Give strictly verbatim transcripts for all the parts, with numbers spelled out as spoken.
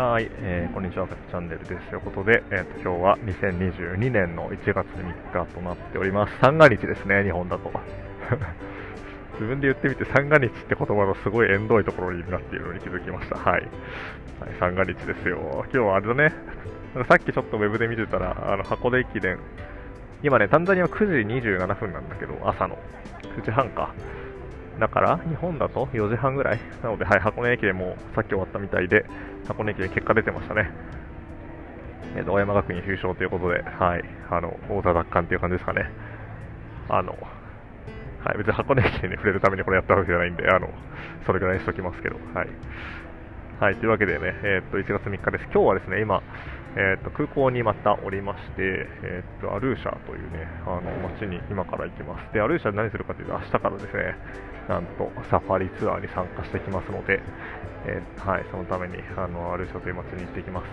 はい、えー、こんにちは、チャンネルです。ということで、えー、と今日はにせんにじゅうにねんのいちがつみっかとなっております。三が日ですね、日本だと。自分で言ってみて、三が日って言葉のすごい縁遠いところにいるなっていうのに気づきました。はい。はい、三が日ですよ。今日はあれだね、さっきちょっとウェブで見てたら、あの箱根駅伝、今ね、タンザニアはくじにじゅうななふんなんだけど、朝のくじはんか。だから日本だとよじはんぐらいなので、はい、箱根駅伝もさっき終わったみたいで、箱根駅伝結果出てましたね。えーと、青山学院優勝ということで、はい、あの王座奪還という感じですかね。あの、はい、別に箱根駅伝に触れるためにこれやったわけじゃないんで、あのそれぐらいにしときますけど、はい。はい、というわけでね、えー、といちがつみっかです。今日はですね、今、えー、と空港にまたおりまして、えー、とアルーシャというね、あの街に今から行きます。で、アルーシャで何するかというと、明日からですね、なんとサファリツアーに参加してきますので、えー、はい、そのためにあのアルーシャという街に行ってきます。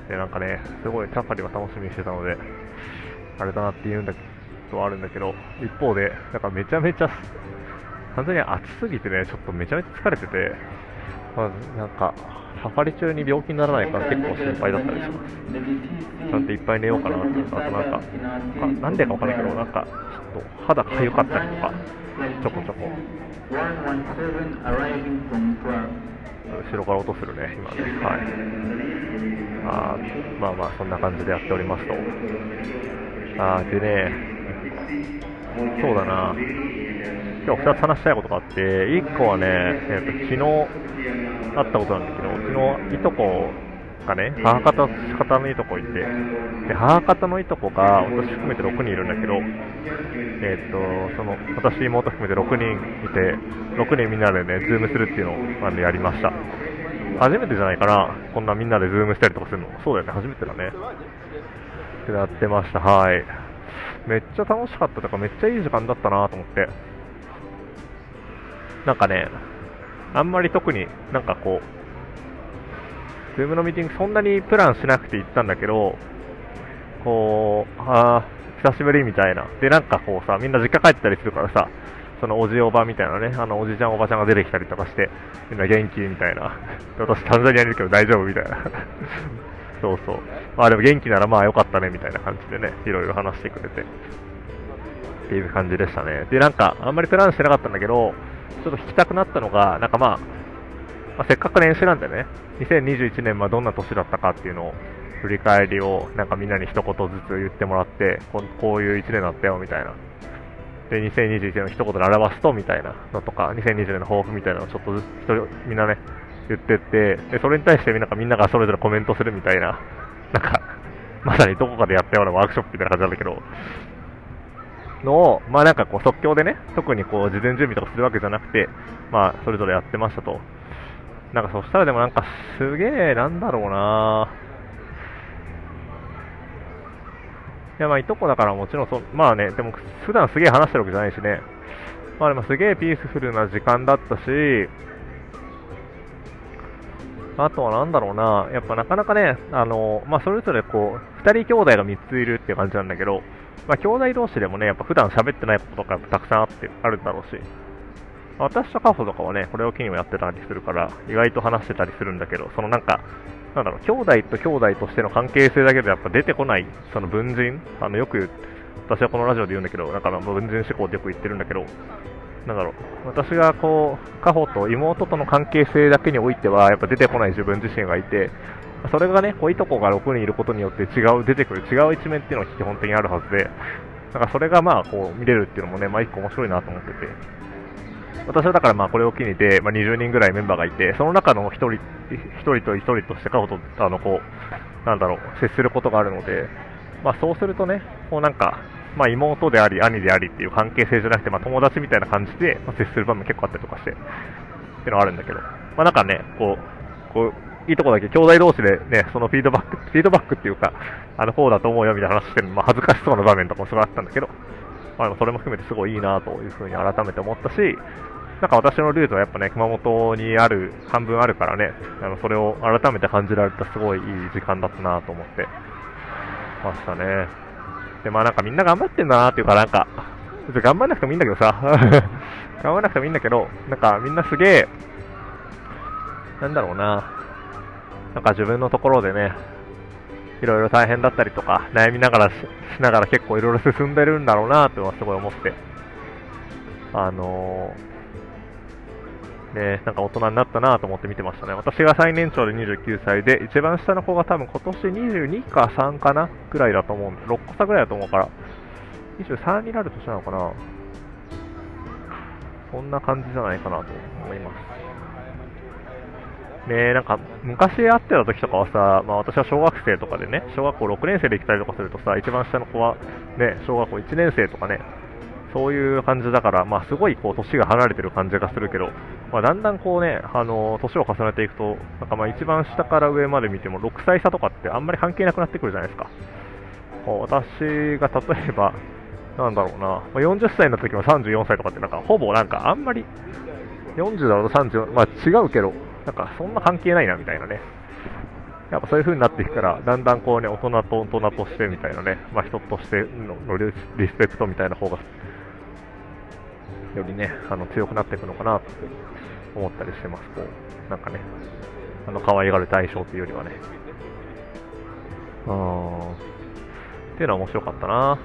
で、なんかね、すごいサファリは楽しみにしてたので、あれだなっていうんだけど、あるんだけど、一方で、なんかめちゃめちゃ、完全に暑すぎてね、ちょっとめちゃめちゃ疲れてて、まずなんかサファリ中に病気にならないか結構心配だったりします。ちゃんといっぱい寝ようかなっていうか、あとなんか、かなんでかわからないけど、なんかちょっと肌かゆかったりとか、ちょこちょこ。後ろから音するね、今ね。はい。あまあまあ、そんな感じでやっておりますと。あーでね、そうだな。今日ふたつ話したいことがあって、いっこはね、えー、と昨日あったことなんだけど、昨日いとこがね、母方方のいとこいて、で母方のいとこが私含めてろくにんいるんだけど、えー、とその私、妹含めてろくにんいて、ろくにんみんなでね、ズームするっていうのをあのやりました。初めてじゃないかな、こんなみんなでズームしたりとかするの。そうだよね、初めてだね。ってやってました。はい。めっちゃ楽しかったとか、めっちゃいい時間だったなと思って。なんかね、あんまり特になんかこう、ズームのミーティングそんなにプランしなくて行ったんだけど、こう、あー、久しぶりみたいな。で、なんかこうさ、みんな実家帰ったりするからさ、そのおじおばみたいなね、あのおじちゃんおばちゃんが出てきたりとかして、みんな元気みたいな。私タンザニアにいるけど大丈夫みたいな。そうそう。まあでも元気ならまあよかったねみたいな感じでね、いろいろ話してくれて。っていう感じでしたね。で、なんか、あんまりプランしてなかったんだけど、ちょっと弾きたくなったのが、なんかまあ、まあ、せっかく練習なんでね、にせんにじゅういちねんはどんな年だったかっていうのを、振り返りをなんかみんなに一言ずつ言ってもらって、ここういういちねんだったよみたいな。で、にせんにじゅういちねんを一言で表すとみたいなのとか、にせんにじゅうねんの抱負みたいなのをちょっとずつ一人みんなね、言ってって、で、それに対してみんながみんながそれぞれコメントするみたいな、なんか、まさにどこかでやったようなワークショップみたいな感じなんだけど、のを、まあなんかこう即興でね、特にこう事前準備とかするわけじゃなくて、まあそれぞれやってましたと。なんかそしたらでもなんかすげえなんだろうな。いやまあいとこだからもちろんそ、まあね、でも普段すげえ話してるわけじゃないしね。まあでもすげえピースフルな時間だったし、あとはなんだろうな、やっぱなかなかね、あの、まあそれぞれこう、二人兄弟がみっついるっていう感じなんだけど、まあ、兄弟同士でもね、やっぱ普段喋ってないこととかたくさんあってあるんだろうし、私とカホとかはね、これを機にもやってたりするから、意外と話してたりするんだけど、そのなんか、なんだろう、兄弟と兄弟としての関係性だけでやっぱ出てこない、その文人、あのよく、私はこのラジオで言うんだけど、なんか文人思考ってよく言ってるんだけど、なんだろう、私がこう、カホと妹との関係性だけにおいては、やっぱ出てこない自分自身がいて、それがね、こういとこがろくにんいることによって違う、出てくる違う一面っていうのが基本的にあるはずで、なんかそれがまあこう見れるっていうのもね、まあ一個面白いなと思ってて、私はだからまあこれを機にで、まあ、にじゅうにんぐらいメンバーがいて、その中の一人、一人と一人としてカホと、あのこう、なんだろう、接することがあるので、まあそうするとね、こうなんか、まあ妹であり、兄でありっていう関係性じゃなくて、まあ友達みたいな感じで、まあ、接する場面結構あったりとかして、っていうのがあるんだけど、まあなんかね、こう、こう、いいとこだけ兄弟同士でね、そのフィードバック、フィードバックっていうか、あの、こうだと思うよみたいな話してるの、まあ、恥ずかしそうな場面とかもすごいあったんだけど、まあ、それも含めてすごいいいなというふうに改めて思ったし、なんか私のルートはやっぱね、熊本にある、半分あるからね、あの、それを改めて感じられたすごいいい時間だったなと思ってましたね。で、まあなんかみんな頑張ってんだなっていうか、なんか、別に頑張んなくてもいいんだけどさ、頑張んなくてもいいんだけど、なんかみんなすげえ、なんだろうな、 なんか自分のところでね、いろいろ大変だったりとか、悩みながらし、しながら結構いろいろ進んでるんだろうなっていうのはすごい思って、あのー、ね、なんか大人になったなと思って見てましたね。私が最年長でにじゅうきゅうさいで、一番下の子が多分今年にじゅうにかさんかなぐらいだと思うんで、ろっこ差ぐらいだと思うから、にじゅうさんになる年なのかな。そんな感じじゃないかなと思います。ねえ、なんか昔会ってた時とかはさ、まあ、私は小学生とかでね、小学校ろくねん生で来たりとかするとさ、一番下の子はね、小学校いちねん生とかね、そういう感じだから、まあ、すごいこう年が離れてる感じがするけど、まあ、だんだんこうね、あの年を重ねていくと、なんかまあ一番下から上まで見てもろくさい差とかってあんまり関係なくなってくるじゃないですか。私が例えば、なんだろうな、まあ、よんじゅっさいの時はさんじゅうよんさいとかって、なんかほぼなんかあんまり、よんじゅうだろうとさんじゅう、まあ違うけど、なんかそんな関係ないなみたいなね。やっぱそういう風になっていくから、だんだんこうね、大人と大人としてみたいなね、まあ人としてのリスペクトみたいな方が、よりね、あの強くなっていくのかなって思ったりしてます。こう、なんかね、あの可愛がる対象っていうよりはね。うーん。っていうのは面白かったな。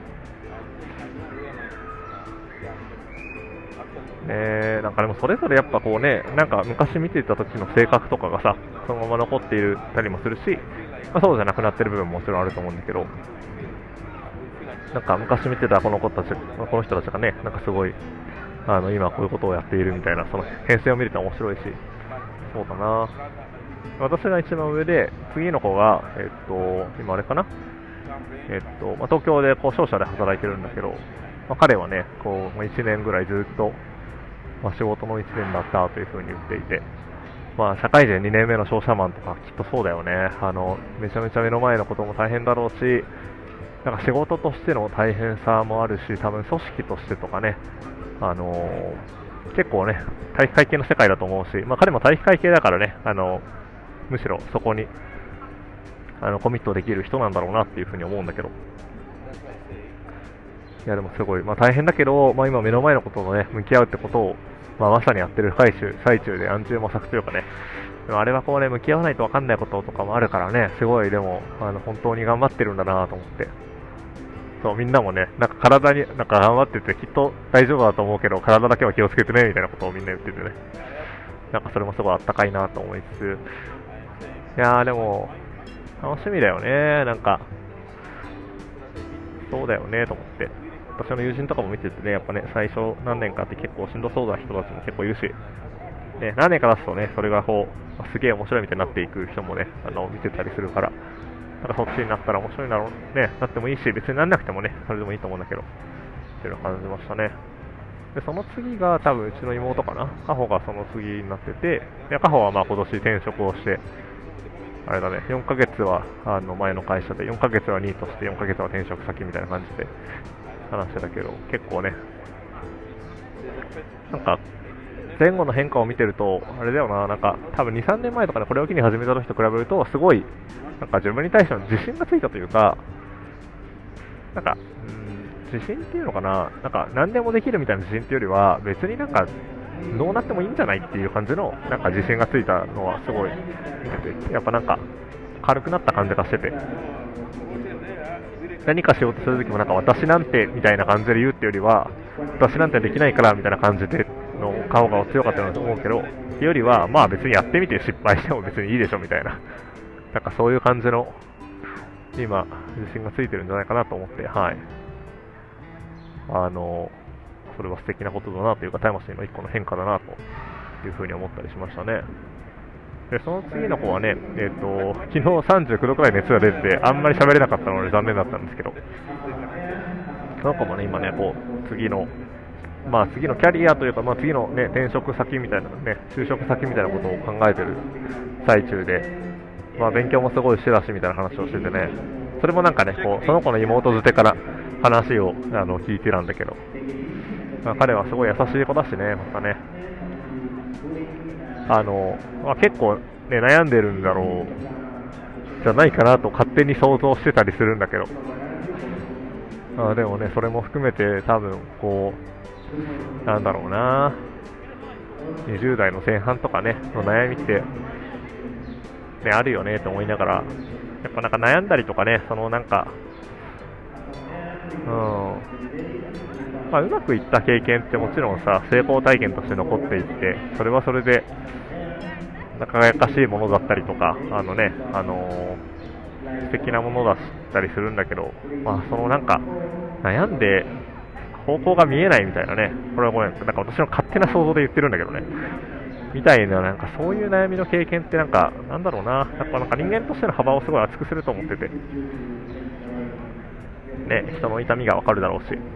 えー、なんかでもそれぞれやっぱこうね、なんか昔見てた時の性格とかがさ、そのまま残っているたりもするし、まあ、そうじゃなくなってる部分ももちろんあると思うんだけど、なんか昔見てたこの子たち、この人たちがね、なんかすごい、あの今こういうことをやっているみたいな、その編成を見ると面白いし、そうだな。私が一番上で、次の子が、えっと、今あれかな、えっと、まあ、東京でこう商社で働いてるんだけど、まあ、彼はね、こういちねんぐらいずっと、まあ、仕事のいちねんだったというふうに言っていて、まあ、社会人にねんめの商社マンとかきっとそうだよね。あのめちゃめちゃ目の前のことも大変だろうし、なんか仕事としての大変さもあるし、多分組織としてとかね、あのー、結構ね、体育会系の世界だと思うし、まあ、彼も体育会系だからね、あのむしろそこにあのコミットできる人なんだろうなっていうふうに思うんだけど、いやでもすごい、まあ、大変だけど、まあ、今目の前のこととね、向き合うってことを、まあ、まさにやってる最中、最中で暗中模索というかね、でもあれはこうね、向き合わないと分かんないこととかもあるからね、すごいでも、あの本当に頑張ってるんだなと思って、そう、みんなもね、なんか体に、なんか頑張ってて、きっと大丈夫だと思うけど、体だけは気をつけてね、みたいなことをみんな言っててね、なんかそれもすごいあったかいなと思いつつ、いやーでも、楽しみだよね、なんか、そうだよねと思って。私の友人とかも見ててね、やっぱね、最初何年かって結構しんどそうな人たちも結構いるし、ね、何年か経つとね、それがこう、すげえ面白いみたいになっていく人もね、あの見てたりするから、なんかそっちになったら面白いだろうね、なってもいいし、別になんなくてもね、それでもいいと思うんだけど、っていうのを感じましたね。で、その次が多分うちの妹かな、カホがその次になってて、でカホはまあ今年転職をして、あれだね、よんかげつはあの前の会社で、よんかげつはニートして、よんかげつは転職先みたいな感じで話してたけど、結構ね、なんか前後の変化を見てると、あれだよな、なんか多分に、さんねんまえとかでこれを機に始めた時と比べると、すごいなんか自分に対しての自信がついたというか、なんか、うん、自信っていうのかな、なんか何でもできるみたいな自信っていうよりは、別になんかどうなってもいいんじゃないっていう感じのなんか自信がついたのはすごい見てて、やっぱなんか軽くなった感じがしてて、何かしようとするときもなんか私なんてみたいな感じで言うっていうよりは、私なんてできないからみたいな感じでの顔が強かったと思うけど、っていうよりはまあ別にやってみて失敗しても別にいいでしょみたいな、なんかそういう感じの今自信がついてるんじゃないかなと思って、はい、あのそれは素敵なことだなというか、魂の一個の変化だなというふうに思ったりしましたね。でその次の子はね、えー、と昨日さんじゅうきゅうどくらい熱が出てて、あんまり喋れなかったので残念だったんですけど、その子もね、今ね、こう次の、まあ、次のキャリアというか、まあ、次の、ね、転職先みたいな、ね、就職先みたいなことを考えてる最中で、まあ、勉強もすごいしてたしみたいな話をしててね、それもなんかね、こうその子の妹づてから話をあの聞いてたんだけど、まあ、彼はすごい優しい子だしね、またね。あのまあ、結構、ね、悩んでるんだろうじゃないかなと勝手に想像してたりするんだけど、あでもね、それも含めて多分こうなんだろうな、にじゅうだいの前半とかねの悩みってね、あるよねと思いながら、やっぱなんか悩んだりとかね、そのなんか、うん、まあ、うまくいった経験ってもちろんさ、成功体験として残っていって、それはそれで、輝かしいものだったりとか、あのね、あのー、素敵なものだったりするんだけど、まあ、そのなんか、悩んで、方向が見えないみたいなね、これはごめん、なんか私の勝手な想像で言ってるんだけどね、みたいな、なんかそういう悩みの経験ってなんか、なんだろうな、やっぱなんか人間としての幅をすごい厚くすると思ってて、ね、人の痛みがわかるだろうし、ね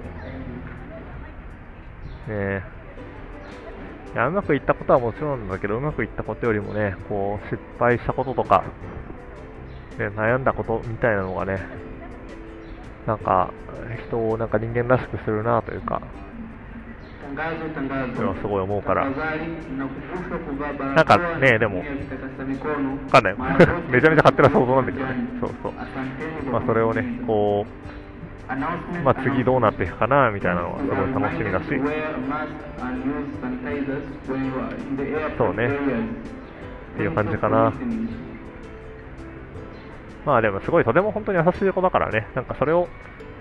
え、いや、うまくいったことはもちろんなんだけど、うまくいったことよりもね、こう、失敗したこととか、ね、悩んだことみたいなのがね、なんか、人をなんか人間らしくするなというか、それはすごい思うから、なんかね、でも、わかんないめちゃめちゃ勝手な想像なんだけどね、そうそう、まあ、それをね、こう、まあ、次どうなっていくかなみたいなのはすごい楽しみだし、そうね、っていう感じかな。まあでもすごいとても本当に優しい子だからね、なんかそれを、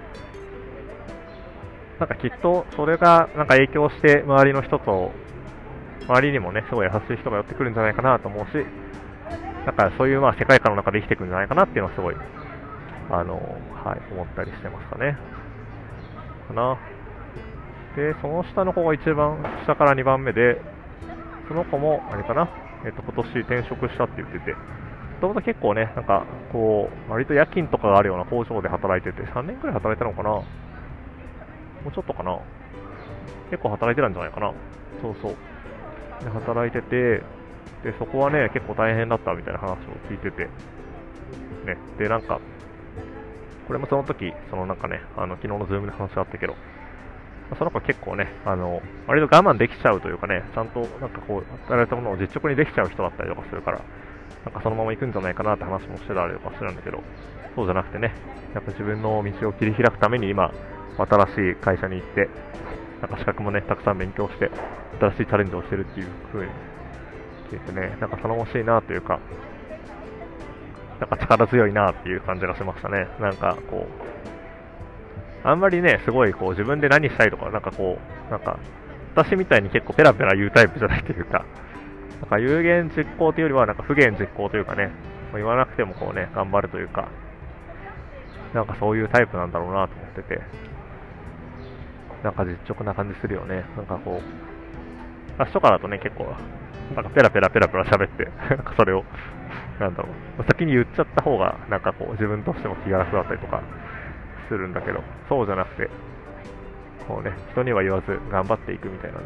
なんかきっとそれがなんか影響して周りの人と、周りにもね、すごい優しい人が寄ってくるんじゃないかなと思うし、だからそういうまあ世界観の中で生きていくんじゃないかなっていうのはすごい、あの、はい、思ったりしてますかね。かな。で、その下の子が一番下からにばんめで、その子も、あれかな、えっと、今年転職したって言ってて、もともと結構ね、なんか、こう、割と夜勤とかがあるような工場で働いてて、さんねんくらい働いたのかな、もうちょっとかな、結構働いてたんじゃないかな、そうそう。で、働いてて、で、そこはね、結構大変だったみたいな話を聞いてて、ね、で、なんか、これもその時、そのなんかね、あの、昨日のズームで話があったけど、その子は結構ね、あの、割と我慢できちゃうというかね、ちゃんとなんかこう、与えられたものを実直にできちゃう人だったりとかするから、なんかそのまま行くんじゃないかなって話もしてたりとかするんだけど、そうじゃなくてね、やっぱ自分の道を切り開くために今、新しい会社に行って、なんか資格もね、たくさん勉強して、新しいチャレンジをしてるっていう風に聞いてね、なんか頼もしいなというか、なんか力強いなっていう感じがしましたね。なんかこう、あんまりね、すごいこう自分で何したいとか、なんかこう、なんか、私みたいに結構ペラペラ言うタイプじゃないというか、なんか有言実行というよりは、なんか不言実行というかね、言わなくてもこうね、頑張るというか、なんかそういうタイプなんだろうなと思ってて、なんか実直な感じするよね。なんかこう、私とかだとね、結構、なんかペラペラペラペラ喋って、なんかそれを、なんだろう、先に言っちゃった方が、なんかこう、自分としても気が楽だったりとかするんだけど、そうじゃなくて、こうね、人には言わず頑張っていくみたいなね、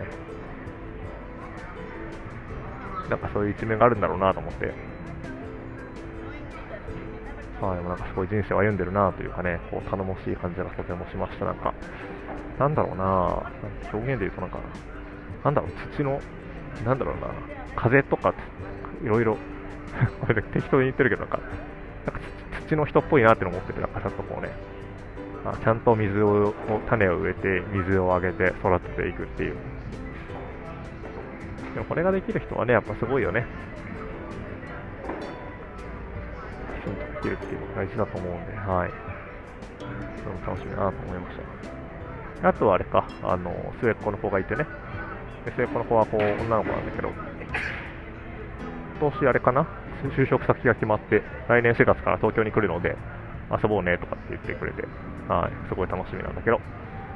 なんかそういう一面があるんだろうなと思って、まあでもなんかすごい人生を歩んでるなというかね、こう頼もしい感じがとてもしました。なんか、なんだろうな、表現で言うとなんか、なんだろう、土の、なんだろうな、風とか、いろいろ、これで適当に言ってるけど、なんか、なんか土の人っぽいなって思ってて、なんかちゃんとこうね、あちゃんと水を、種を植えて、水をあげて育てていくっていう。でもこれができる人はね、やっぱすごいよね。きちんとできるっていうのが大事だと思うんで、はい。それも楽しみだなと思いました。あとはあれか、あの、末っ子の子がいてね。で末っ子の子はこう、女の子なんだけど、今年あれかな、就職先が決まって、来年しがつから東京に来るので、遊ぼうねとかって言ってくれて、はい、すごい楽しみなんだけど、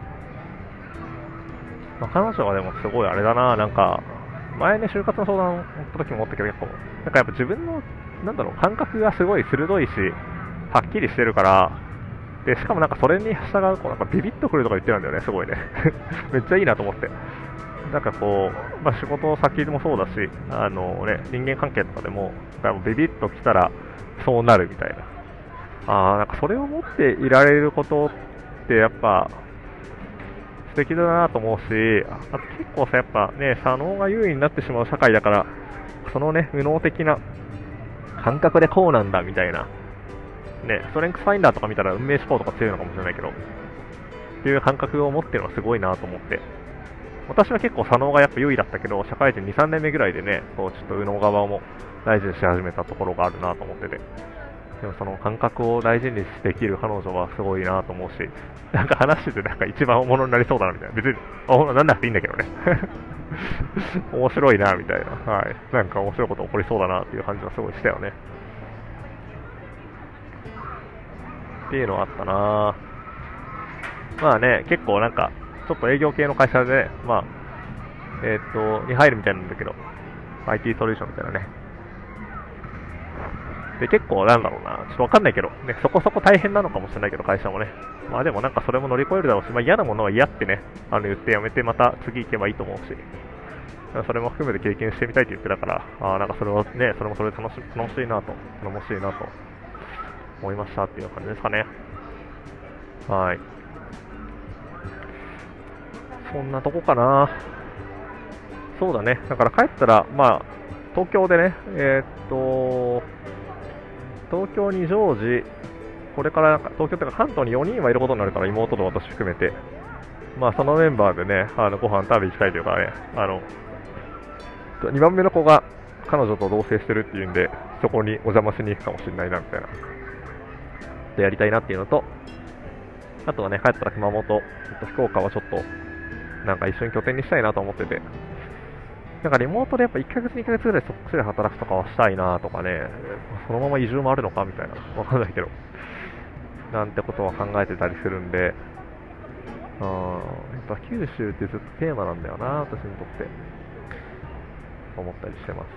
まあ、彼女はでもすごいあれだな、なんか、前ね、就活の相談をった時も思ったけど、結構、なんかやっぱ自分の、なんだろう、感覚がすごい鋭いし、はっきりしてるから、で、しかもなんかそれに従う、こうなんかビビッとくるとか言ってるんだよね、すごいね。めっちゃいいなと思って。なんかこう、まあ、仕事先でもそうだし、あのね、人間関係とかでも、ビビッときたらそうなるみたいな。ああ、なんかそれを持っていられることってやっぱ素敵だなと思うし、あと結構さ、やっぱね、左脳が優位になってしまう社会だから、そのね、右脳的な感覚でこうなんだみたいな、ね、ストレングスファインダーとか見たら運命思考とか強いのかもしれないけど、っていう感覚を持ってるのはすごいなと思って、 私は結構左脳がやっぱ優位だったけど、社会人に、さんねんめぐらいでね、こうちょっと右脳側も大事にし始めたところがあるなと思ってて、でもその感覚を大事にできる彼女はすごいなと思うし、なんか話しててなんか一番大物になりそうだなみたいな、別に大物になんなくていいんだけどね。面白いなみたいな、はい、なんか面白いこと起こりそうだなっていう感じはすごいしたよね。っていうのはあったな。まあね、結構なんか、ちょっと営業系の会社で、ね、まあ、えー、っと、に入るみたいなんだけど、アイティー ソリューションみたいなね。で、結構なんだろうな、ちょっとわかんないけど、ね、そこそこ大変なのかもしれないけど、会社もね。まあでもなんかそれも乗り越えるだろうし、まあ嫌なものは嫌ってね、あの言ってやめてまた次行けばいいと思うし、それも含めて経験してみたいって言ってたから、ああ、なんかそれはね、それもそれで楽し楽しいなと、頼もしいなと思いましたっていう感じですかね。はい。そんなとこかな。そうだね。だから帰ったら、まあ、東京でね、えー、っと、東京に常時、これからなんか東京というか関東によにんはいることになるから、妹と私含めて、まあそのメンバーでね、あのご飯食べ行きたいというかね、あの、にばんめの子が彼女と同棲してるっていうんで、そこにお邪魔しに行くかもしれないなみたいな。でやりたいなっていうのと、あとはね、帰ったら熊本、福岡はちょっと、なんか一緒に拠点にしたいなと思ってて、なんかリモートでやっぱいっかげつ、にかげつぐらいそっちで働くとかはしたいなとかね、そのまま移住もあるのかみたいな、わかんないけど、なんてことは考えてたりするんで、あやっぱ九州ってずっとテーマなんだよな、私にとって、思ったりしてます。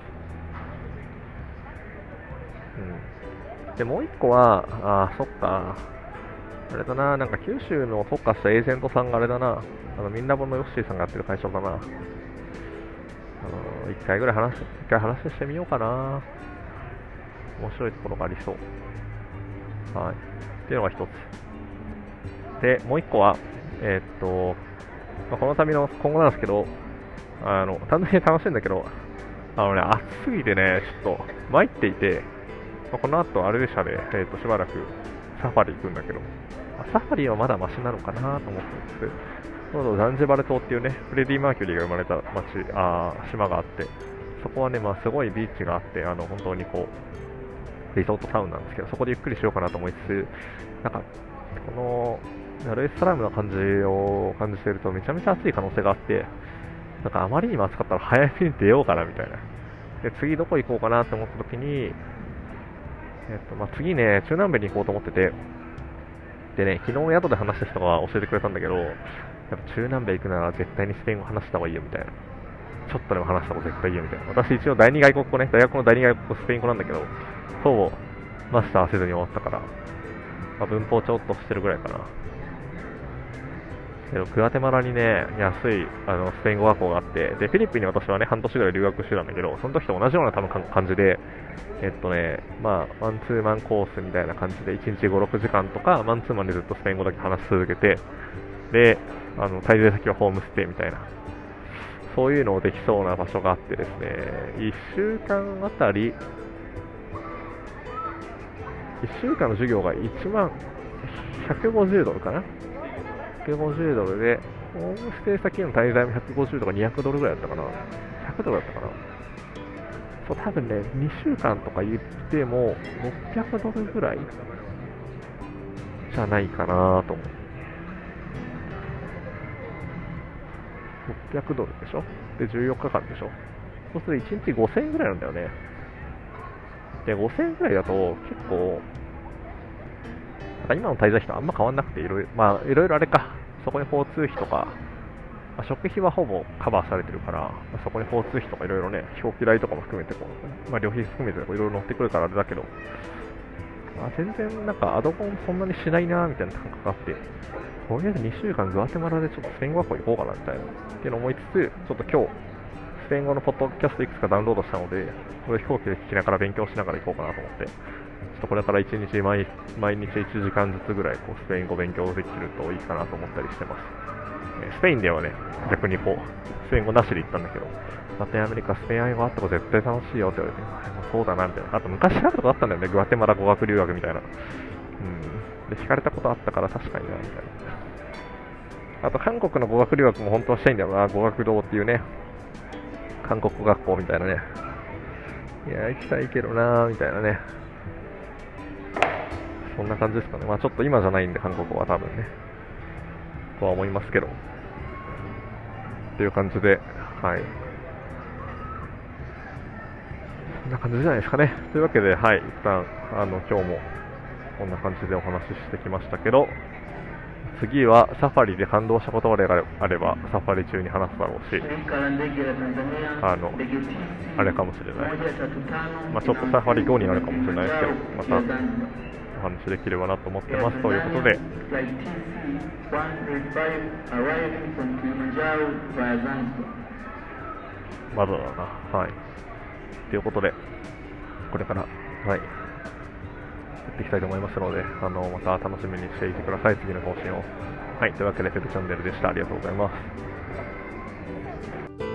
うん。で、もう一個は、あー、そっか、あれだな、なんか九州の特化したエージェントさんがあれだな、あのみんなぼのヨッシーさんがやってる会社だな。あの一回ぐらい話、一回話してみようかな。面白いところがありそう。はい。っていうのが一つ。で、もう一個は、えー、っと、まあ、この旅の今後なんですけど、あの、単純に楽しいんだけど、あのね、暑すぎてね、ちょっと参っていて、まあ、この後あれでしたね、えー、っと、しばらくサファリ行くんだけど、サファリはまだマシなのかなと思ってるんです。ザンジバル島っていうね、フレディ・マーキュリーが生まれた町、あ島があって、そこはね、まあ、すごいビーチがあって、あの本当にこう、リゾートタウンなんですけど、そこでゆっくりしようかなと思いつつ、なんか、この、ダルエスサラムの感じを感じていると、めちゃめちゃ暑い可能性があって、なんかあまりにも暑かったら早めに出ようかなみたいな。で、次どこ行こうかなって思った時に、えっと、まあ、次ね、中南米に行こうと思ってて、でね、昨日宿で話した人が教えてくれたんだけど、やっぱ中南米行くなら絶対にスペイン語話した方がいいよみたいな。ちょっとでも話した方が絶対いいよみたいな。私一応第二外国語ね、大学の第二外国語スペイン語なんだけど、ほぼマスターせずに終わったから、まあ、文法ちょっとしてるぐらいかな。けど、グアテマラにね、安いあのスペイン語学校があって、で、フィリピンに私はね、半年ぐらい留学してたんだけど、その時と同じような多分感じで、えっとね、まあ、マンツーマンコースみたいな感じで、いちにちご、ろくじかんとか、マンツーマンでずっとスペイン語だけ話し続けて、で、あの滞在先はホームステイみたいな、そういうのをできそうな場所があってですね、いっしゅうかんあたり、いっしゅうかんの授業がいちまんひゃくごじゅうドルかな、ひゃくごじゅうドルで、ホームステイ先の滞在もひゃくごじゅうとかにひゃくドルぐらいだったかな、ひゃくドルだったかな、そう多分ね、にしゅうかんとか言ってもろっぴゃくドルぐらいじゃないかなと思う。ろっぴゃくドルでしょ、でじゅうよっかかんでしょ、そうするといちにちごせんえんぐらいなんだよね。でごせんえんぐらいだと結構なんか今の滞在費とあんま変わんなくて、いろいろまあいろいろあれか、そこに交通費とか、まあ、食費はほぼカバーされてるから、まあ、そこに交通費とかいろいろね、飛行機代とかも含めてこう、まあ、旅費含めていろいろ乗ってくるからあれだけど、まあ、全然なんかアドオンそんなにしないなみたいな感覚があって、とりあえずにしゅうかんグアテマラでちょっとスペイン語学校行こうかなみたいなっていうのを思いつつ、ちょっと今日スペイン語のポッドキャストいくつかダウンロードしたので、これ飛行機で聞きながら勉強しながら行こうかなと思って、ちょっとこれからいちにち毎毎日いちじかんずつぐらいこうスペイン語勉強できるといいかなと思ったりしてます。スペインではね、逆にこうスペイン語なしで行ったんだけど、ラテンアメリカスペイン語あった方が絶対楽しいよって言われて、そうだなみたいな。あと昔あることあったんだよね、グアテマラ語学留学みたいな。うん。で、聞かれたことあったから確かになみたいな。 あと韓国の語学留学も本当はしたいんだろうな、語学堂っていうね、韓国語学校みたいなね。いや、行きたいけどなーみたいなね。そんな感じですかね。まあちょっと今じゃないんで、韓国語は多分ね。とは思いますけど。っていう感じで、はい。こんな感じじゃないですかね。というわけで、はい、一旦、あの、今日もこんな感じでお話ししてきましたけど、次はサファリで感動した言葉であれば、サファリ中に話すだろうし、あの、あれかもしれない。まあちょっとサファリ後になるかもしれないですけど、またお話できればなと思ってます。ということで、まだだな、はい。ということで、これから、はい、やっていきたいと思いますので、あの、また楽しみにしていてください、次の更新を。はい、というわけで、ペグチャンネルでした。ありがとうございます。